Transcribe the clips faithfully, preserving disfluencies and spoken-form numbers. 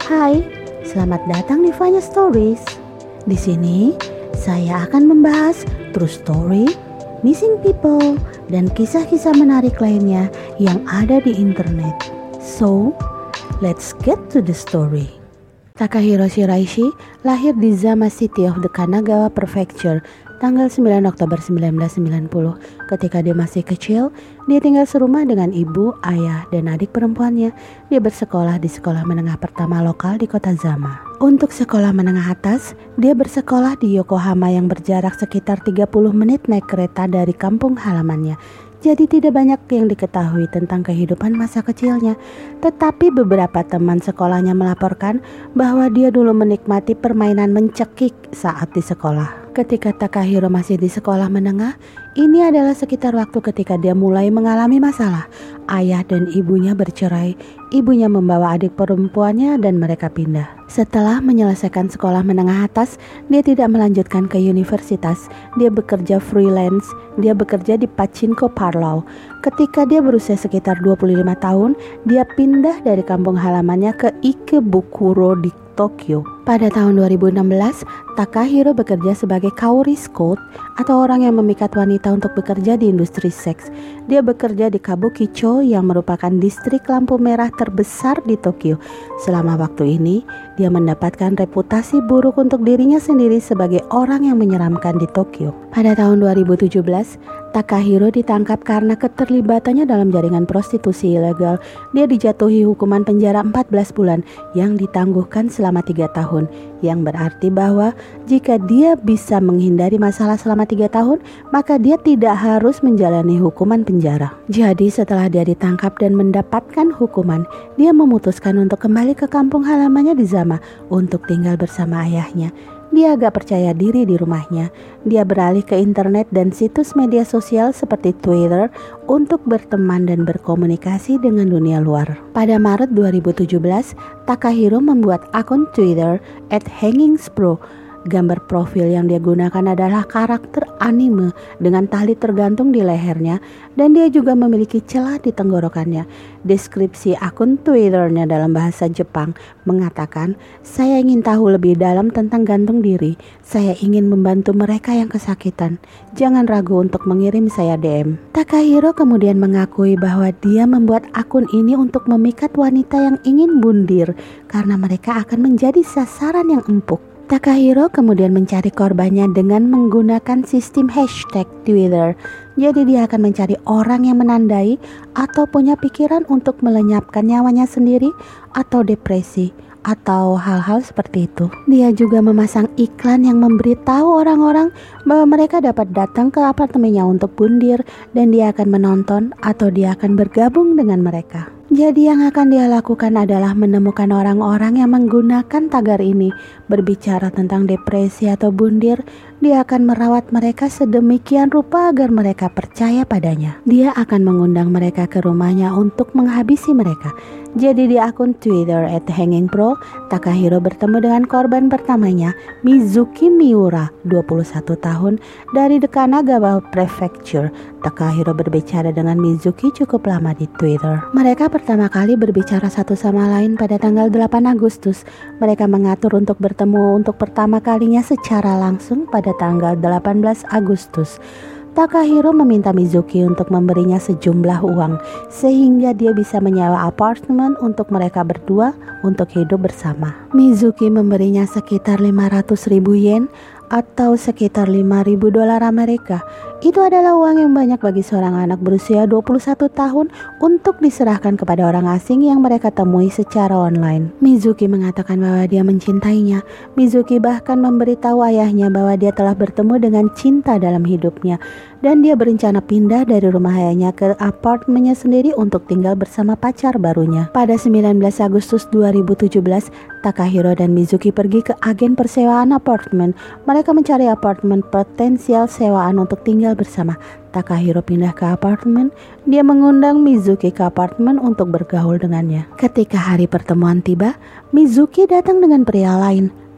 Hai, selamat datang di Vanya Stories. Di sini saya akan membahas true story, missing people, dan kisah-kisah menarik lainnya yang ada di internet. So, let's get to the story. Takahiro Shiraishi lahir di Zama City of the Kanagawa Prefecture tanggal sembilan Oktober seribu sembilan ratus sembilan puluh. Ketika dia masih kecil, dia tinggal serumah dengan ibu, ayah, dan adik perempuannya. Dia bersekolah di sekolah menengah pertama lokal di kota Zama. Untuk sekolah menengah atas, dia bersekolah di Yokohama yang berjarak sekitar tiga puluh menit naik kereta dari kampung halamannya. Jadi tidak banyak yang diketahui tentang kehidupan masa kecilnya. Tetapi beberapa teman sekolahnya melaporkan bahwa dia dulu menikmati permainan mencekik saat di sekolah. Ketika Takahiro masih di sekolah menengah, ini adalah sekitar waktu ketika dia mulai mengalami masalah. Ayah dan ibunya bercerai, ibunya membawa adik perempuannya dan mereka pindah. Setelah menyelesaikan sekolah menengah atas, dia tidak melanjutkan ke universitas. Dia bekerja freelance, dia bekerja di pachinko parlor. Ketika dia berusia sekitar dua puluh lima tahun, dia pindah dari kampung halamannya ke Ikebukuro di Tokyo. Pada tahun dua ribu enam belas, Takahiro bekerja sebagai kaori scout atau orang yang memikat wanita untuk bekerja di industri seks. Dia bekerja di Kabukicho yang merupakan distrik lampu merah terbesar di Tokyo. Selama waktu ini, dia mendapatkan reputasi buruk untuk dirinya sendiri sebagai orang yang menyeramkan di Tokyo. Pada tahun dua ribu tujuh belas, Takahiro ditangkap karena keterlibatannya dalam jaringan prostitusi ilegal. Dia dijatuhi hukuman penjara empat belas bulan yang ditangguhkan selama tiga tahun. Yang berarti bahwa jika dia bisa menghindari masalah selama tiga tahun, maka dia tidak harus menjalani hukuman penjara. Jadi setelah dia ditangkap dan mendapatkan hukuman, dia memutuskan untuk kembali ke kampung halamannya di Zama untuk tinggal bersama ayahnya. Dia agak percaya diri di rumahnya. Dia beralih ke internet dan situs media sosial seperti Twitter untuk berteman dan berkomunikasi dengan dunia luar. Pada Maret dua ribu tujuh belas, Takahiro membuat akun Twitter at hangingspro. Gambar profil yang dia gunakan adalah karakter anime dengan tali tergantung di lehernya dan dia juga memiliki celah di tenggorokannya. Deskripsi akun Twitternya dalam bahasa Jepang mengatakan, "Saya ingin tahu lebih dalam tentang gantung diri. Saya ingin membantu mereka yang kesakitan. Jangan ragu untuk mengirim saya D M." Takahiro kemudian mengakui bahwa dia membuat akun ini untuk memikat wanita yang ingin bundir karena mereka akan menjadi sasaran yang empuk. Takahiro kemudian mencari korbannya dengan menggunakan sistem hashtag Twitter. Jadi dia akan mencari orang yang menandai atau punya pikiran untuk melenyapkan nyawanya sendiri atau depresi atau hal-hal seperti itu. Dia juga memasang iklan yang memberitahu orang-orang bahwa mereka dapat datang ke apartemennya untuk bundir dan dia akan menonton atau dia akan bergabung dengan mereka. Jadi yang akan dia lakukan adalah menemukan orang-orang yang menggunakan tagar ini, berbicara tentang depresi atau bundir. Dia akan merawat mereka sedemikian rupa agar mereka percaya padanya. Dia akan mengundang mereka ke rumahnya untuk menghabisi mereka. Jadi di akun Twitter at hangingpro, Takahiro bertemu dengan korban pertamanya, Mizuki Miura, dua puluh satu tahun, dari the Kanagawa Prefecture. Takahiro berbicara dengan Mizuki cukup lama di Twitter. Mereka pertama kali berbicara satu sama lain pada tanggal delapan Agustus. Mereka mengatur untuk bertemu untuk pertama kalinya secara langsung pada tanggal delapan belas Agustus. Takahiro meminta Mizuki untuk memberinya sejumlah uang sehingga dia bisa menyewa apartemen untuk mereka berdua untuk hidup bersama. Mizuki memberinya sekitar lima ratus ribu yen atau sekitar lima ribu dolar Amerika. Itu adalah uang yang banyak bagi seorang anak berusia dua puluh satu tahun untuk diserahkan kepada orang asing yang mereka temui secara online. Mizuki mengatakan bahwa dia mencintainya. Mizuki bahkan memberitahu ayahnya bahwa dia telah bertemu dengan cinta dalam hidupnya dan dia berencana pindah dari rumah ayahnya ke apartemennya sendiri untuk tinggal bersama pacar barunya. Pada sembilan belas Agustus dua ribu tujuh belas, Takahiro dan Mizuki pergi ke agen persewaan apartemen. Mereka mencari apartemen potensial sewaan untuk tinggal bersama. Takahiro pindah ke apartemen. Dia mengundang Mizuki ke apartemen untuk bergaul dengannya. Ketika hari pertemuan tiba, Mizuki datang dengan pria lain.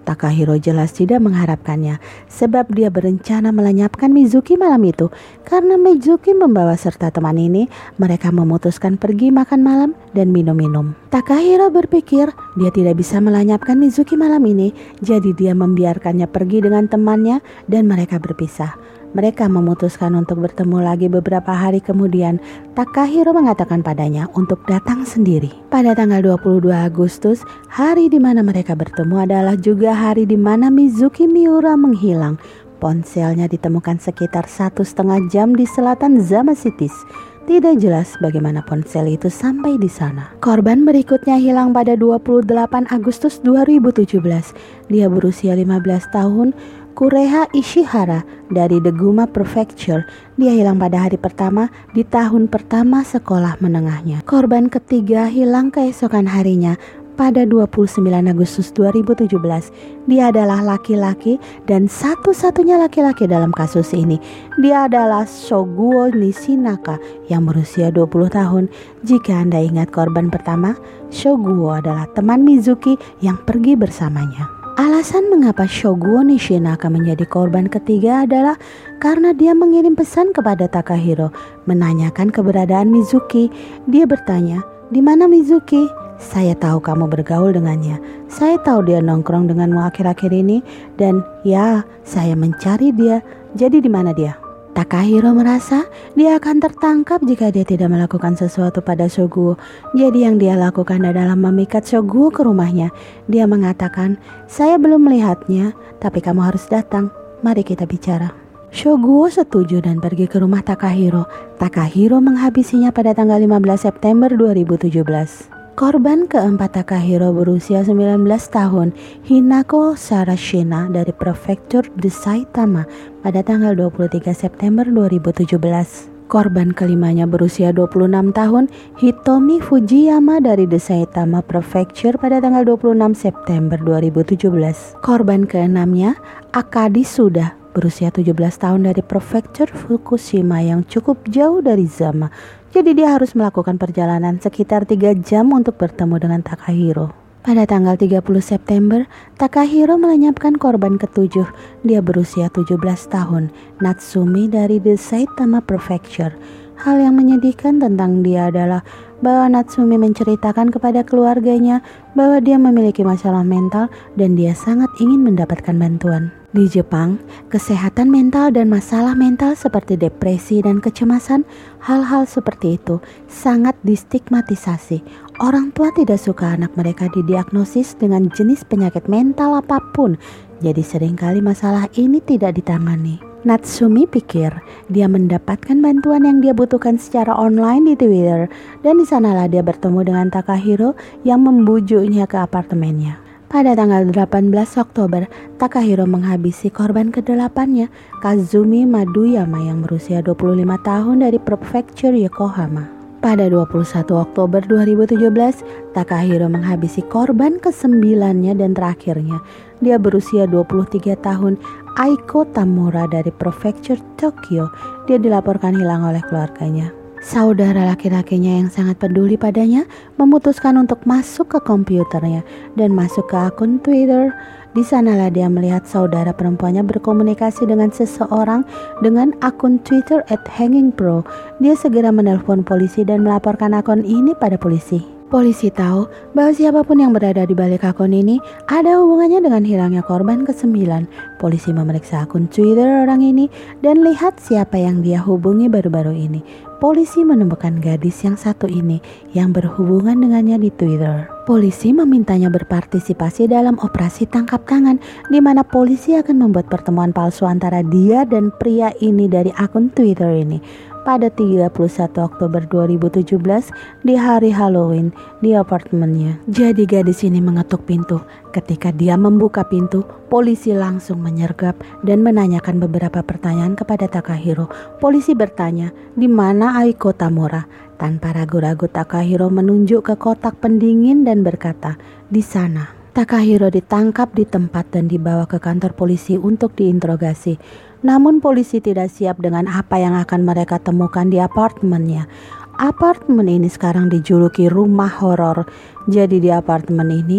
Takahiro jelas tidak mengharapkannya, sebab dia berencana melenyapkan Mizuki malam itu. Karena Mizuki membawa serta teman ini, mereka memutuskan pergi makan malam dan minum-minum. Takahiro berpikir dia tidak bisa melenyapkan Mizuki malam ini, jadi dia membiarkannya pergi dengan temannya dan mereka berpisah. Mereka memutuskan untuk bertemu lagi beberapa hari kemudian. Takahiro mengatakan padanya untuk datang sendiri. Pada tanggal dua puluh dua Agustus, hari di mana mereka bertemu adalah juga hari di mana Mizuki Miura menghilang. Ponselnya ditemukan sekitar satu setengah jam di selatan Zama Cities. Tidak jelas bagaimana ponsel itu sampai di sana. Korban berikutnya hilang pada dua puluh delapan Agustus dua ribu tujuh belas. Dia berusia lima belas tahun. Kureha Ishihara dari Deguma Prefecture. Dia hilang pada hari pertama di tahun pertama sekolah menengahnya. Korban ketiga hilang keesokan harinya pada dua puluh sembilan Agustus dua ribu tujuh belas. Dia adalah laki-laki dan satu-satunya laki-laki dalam kasus ini. Dia adalah Shoguo Nishinaka yang berusia dua puluh tahun. Jika Anda ingat korban pertama, Shoguo adalah teman Mizuki yang pergi bersamanya. Alasan mengapa Shoguo Nishinaka menjadi korban ketiga adalah karena dia mengirim pesan kepada Takahiro menanyakan keberadaan Mizuki. Dia bertanya, "Di mana Mizuki? Saya tahu kamu bergaul dengannya. Saya tahu dia nongkrong denganmu akhir-akhir ini dan ya, saya mencari dia. Jadi di mana dia?" Takahiro merasa dia akan tertangkap jika dia tidak melakukan sesuatu pada Shoguo. Jadi yang dia lakukan adalah memikat Shoguo ke rumahnya. Dia mengatakan, "Saya belum melihatnya, tapi kamu harus datang. Mari kita bicara." Shoguo setuju dan pergi ke rumah Takahiro. Takahiro menghabisinya pada tanggal lima belas September dua ribu tujuh belas. Korban keempat Takahiro berusia sembilan belas tahun, Hinako Sarashina dari Prefektur de Saitama pada tanggal dua puluh tiga September dua ribu tujuh belas. Korban kelimanya berusia dua puluh enam tahun, Hitomi Fujiyama dari de Saitama Prefecture pada tanggal dua puluh enam September dua ribu tujuh belas. Korban keenamnya, Akadi Suda berusia tujuh belas tahun dari Prefektur Fukushima yang cukup jauh dari Zama. Jadi dia harus melakukan perjalanan sekitar tiga jam untuk bertemu dengan Takahiro. Pada tanggal tiga puluh September, Takahiro melenyapkan korban ketujuh. Dia berusia tujuh belas tahun, Natsumi dari the Saitama Prefecture. Hal yang menyedihkan tentang dia adalah bahwa Natsumi menceritakan kepada keluarganya bahwa dia memiliki masalah mental dan dia sangat ingin mendapatkan bantuan. Di Jepang, kesehatan mental dan masalah mental seperti depresi dan kecemasan, hal-hal seperti itu sangat distigmatisasi. Orang tua tidak suka anak mereka didiagnosis dengan jenis penyakit mental apapun, jadi seringkali masalah ini tidak ditangani. Natsumi pikir dia mendapatkan bantuan yang dia butuhkan secara online di Twitter, dan di sanalah dia bertemu dengan Takahiro yang membujuknya ke apartemennya. Pada tanggal delapan belas Oktober, Takahiro menghabisi korban kedelapannya, Kazumi Maduyama yang berusia dua puluh lima tahun dari Prefektur Yokohama. Pada dua puluh satu Oktober dua ribu tujuh belas, Takahiro menghabisi korban kesembilannya dan terakhirnya. Dia berusia dua puluh tiga tahun, Aiko Tamura dari Prefektur Tokyo. Dia dilaporkan hilang oleh keluarganya. Saudara laki-lakinya yang sangat peduli padanya memutuskan untuk masuk ke komputernya dan masuk ke akun Twitter. Di sanalah dia melihat saudara perempuannya berkomunikasi dengan seseorang dengan akun Twitter at hanging pro. Dia segera menelpon polisi dan melaporkan akun ini pada polisi. Polisi tahu bahwa siapapun yang berada di balik akun ini ada hubungannya dengan hilangnya korban kesembilan. Polisi memeriksa akun Twitter orang ini dan lihat siapa yang dia hubungi baru-baru ini. Polisi menemukan gadis yang satu ini yang berhubungan dengannya di Twitter. Polisi memintanya berpartisipasi dalam operasi tangkap tangan, di mana polisi akan membuat pertemuan palsu antara dia dan pria ini dari akun Twitter ini. Pada tiga puluh satu Oktober dua ribu tujuh belas di hari Halloween di apartemennya. Jadi gadis ini mengetuk pintu. Ketika dia membuka pintu, polisi langsung menyergap dan menanyakan beberapa pertanyaan kepada Takahiro. Polisi bertanya, "Di mana Aiko Tamura?" Tanpa ragu-ragu Takahiro menunjuk ke kotak pendingin dan berkata, "Di sana." Takahiro ditangkap di tempat dan dibawa ke kantor polisi untuk diinterogasi. Namun polisi tidak siap dengan apa yang akan mereka temukan di apartemennya. Apartemen ini sekarang dijuluki rumah horor. Jadi di apartemen ini,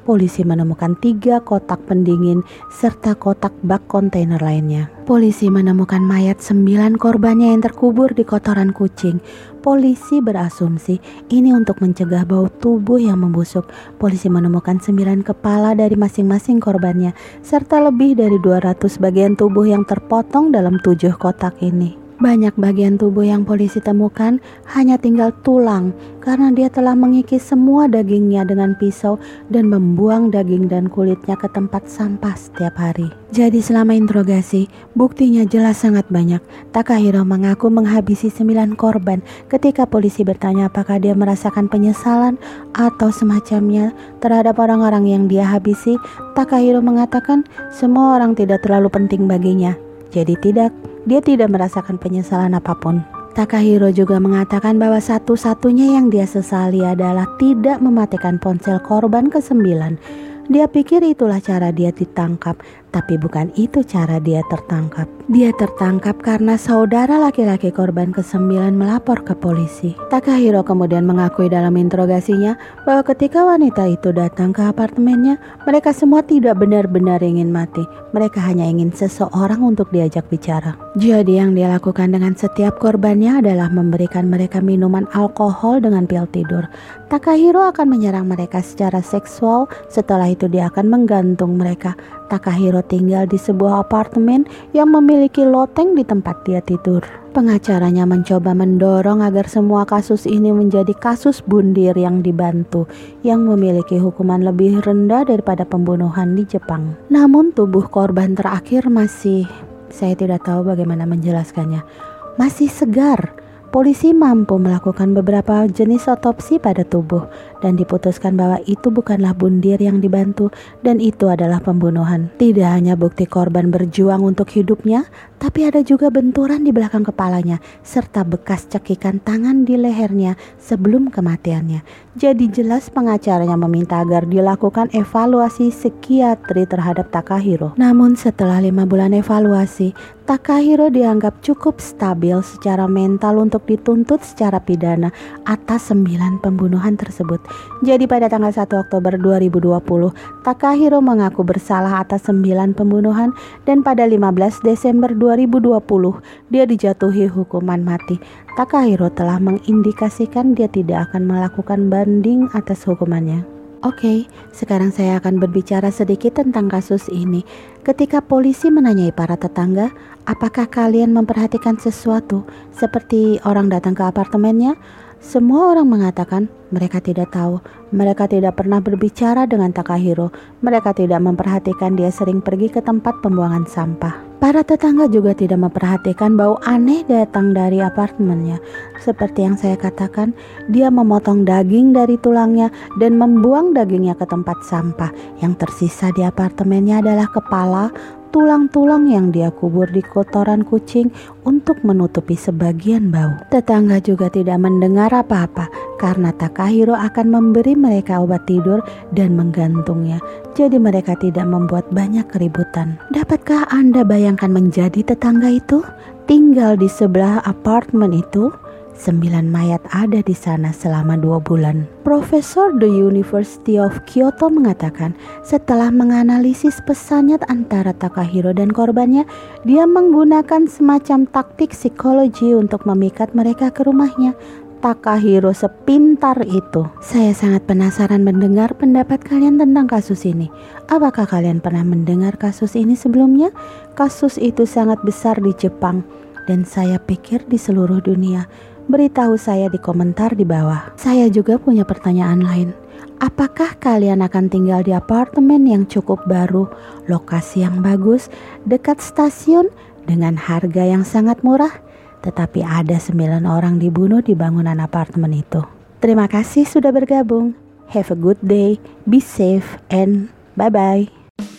polisi menemukan tiga kotak pendingin serta kotak bak kontainer lainnya. Polisi menemukan mayat sembilan korbannya yang terkubur di kotoran kucing. Polisi berasumsi ini untuk mencegah bau tubuh yang membusuk. Polisi menemukan sembilan kepala dari masing-masing korbannya, serta lebih dari dua ratus bagian tubuh yang terpotong dalam tujuh kotak ini. Banyak bagian tubuh yang polisi temukan hanya tinggal tulang karena dia telah mengikis semua dagingnya dengan pisau dan membuang daging dan kulitnya ke tempat sampah setiap hari. Jadi selama interogasi, buktinya jelas sangat banyak. Takahiro mengaku menghabisi sembilan korban. Ketika polisi bertanya apakah dia merasakan penyesalan atau semacamnya terhadap orang-orang yang dia habisi, Takahiro mengatakan semua orang tidak terlalu penting baginya. Jadi tidak, dia tidak merasakan penyesalan apapun. Takahiro juga mengatakan bahwa satu-satunya yang dia sesali adalah tidak mematikan ponsel korban kesembilan. Dia pikir itulah cara dia ditangkap, tapi bukan itu cara dia tertangkap. Dia tertangkap karena saudara laki-laki korban kesembilan melapor ke polisi. Takahiro kemudian mengakui dalam interogasinya bahwa ketika wanita itu datang ke apartemennya, mereka semua tidak benar-benar ingin mati. Mereka hanya ingin seseorang untuk diajak bicara. Jadi yang dia lakukan dengan setiap korbannya adalah memberikan mereka minuman alkohol dengan pil tidur. Takahiro akan menyerang mereka secara seksual, setelah itu dia akan menggantung mereka. Takahiro tinggal di sebuah apartemen yang memiliki loteng di tempat dia tidur. Pengacaranya mencoba mendorong agar semua kasus ini menjadi kasus bundir yang dibantu, yang memiliki hukuman lebih rendah daripada pembunuhan di Jepang. Namun tubuh korban terakhir masih, saya tidak tahu bagaimana menjelaskannya, masih segar. Polisi mampu melakukan beberapa jenis otopsi pada tubuh dan diputuskan bahwa itu bukanlah bundir yang dibantu dan itu adalah pembunuhan. Tidak hanya bukti korban berjuang untuk hidupnya, tapi ada juga benturan di belakang kepalanya serta bekas cekikan tangan di lehernya sebelum kematiannya. Jadi jelas pengacaranya meminta agar dilakukan evaluasi psikiatri terhadap Takahiro. Namun setelah lima bulan evaluasi, Takahiro dianggap cukup stabil secara mental untuk dituntut secara pidana atas sembilan pembunuhan tersebut. Jadi pada tanggal satu Oktober dua ribu dua puluh, Takahiro mengaku bersalah atas sembilan pembunuhan dan pada lima belas Desember dua ribu dua puluh dia dijatuhi hukuman mati. Takahiro telah mengindikasikan dia tidak akan melakukan banding atas hukumannya. Oke, sekarang saya akan berbicara sedikit tentang kasus ini. Ketika polisi menanyai para tetangga, apakah kalian memperhatikan sesuatu seperti orang datang ke apartemennya? Semua orang mengatakan mereka tidak tahu. Mereka tidak pernah berbicara dengan Takahiro. Mereka tidak memperhatikan dia sering pergi ke tempat pembuangan sampah. Para tetangga juga tidak memperhatikan bau aneh datang dari apartemennya. Seperti yang saya katakan, dia memotong daging dari tulangnya dan membuang dagingnya ke tempat sampah. Yang tersisa di apartemennya adalah kepala, tulang-tulang yang dia kubur di kotoran kucing untuk menutupi sebagian bau. Tetangga juga tidak mendengar apa-apa karena Takahiro akan memberi mereka obat tidur dan menggantungnya. Jadi mereka tidak membuat banyak keributan. Dapatkah Anda bayangkan menjadi tetangga itu? Tinggal di sebelah apartemen itu? Sembilan mayat ada di sana selama dua bulan. Profesor The University of Kyoto mengatakan setelah menganalisis pesannya antara Takahiro dan korbannya, dia menggunakan semacam taktik psikologi untuk memikat mereka ke rumahnya. Takahiro sepintar itu. Saya sangat penasaran mendengar pendapat kalian tentang kasus ini. Apakah kalian pernah mendengar kasus ini sebelumnya? Kasus itu sangat besar di Jepang dan saya pikir di seluruh dunia. Beritahu saya di komentar di bawah. Saya juga punya pertanyaan lain. Apakah kalian akan tinggal di apartemen yang cukup baru, lokasi yang bagus, dekat stasiun, dengan harga yang sangat murah? Tetapi ada sembilan orang dibunuh di bangunan apartemen itu. Terima kasih sudah bergabung. Have a good day, be safe, and bye-bye.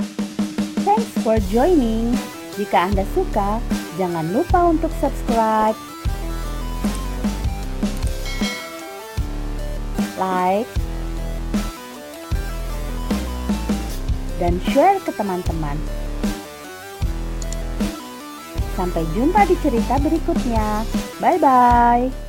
Thanks for joining. Jika Anda suka, jangan lupa untuk subscribe, like, dan share ke teman-teman. Sampai jumpa di cerita berikutnya. Bye-bye.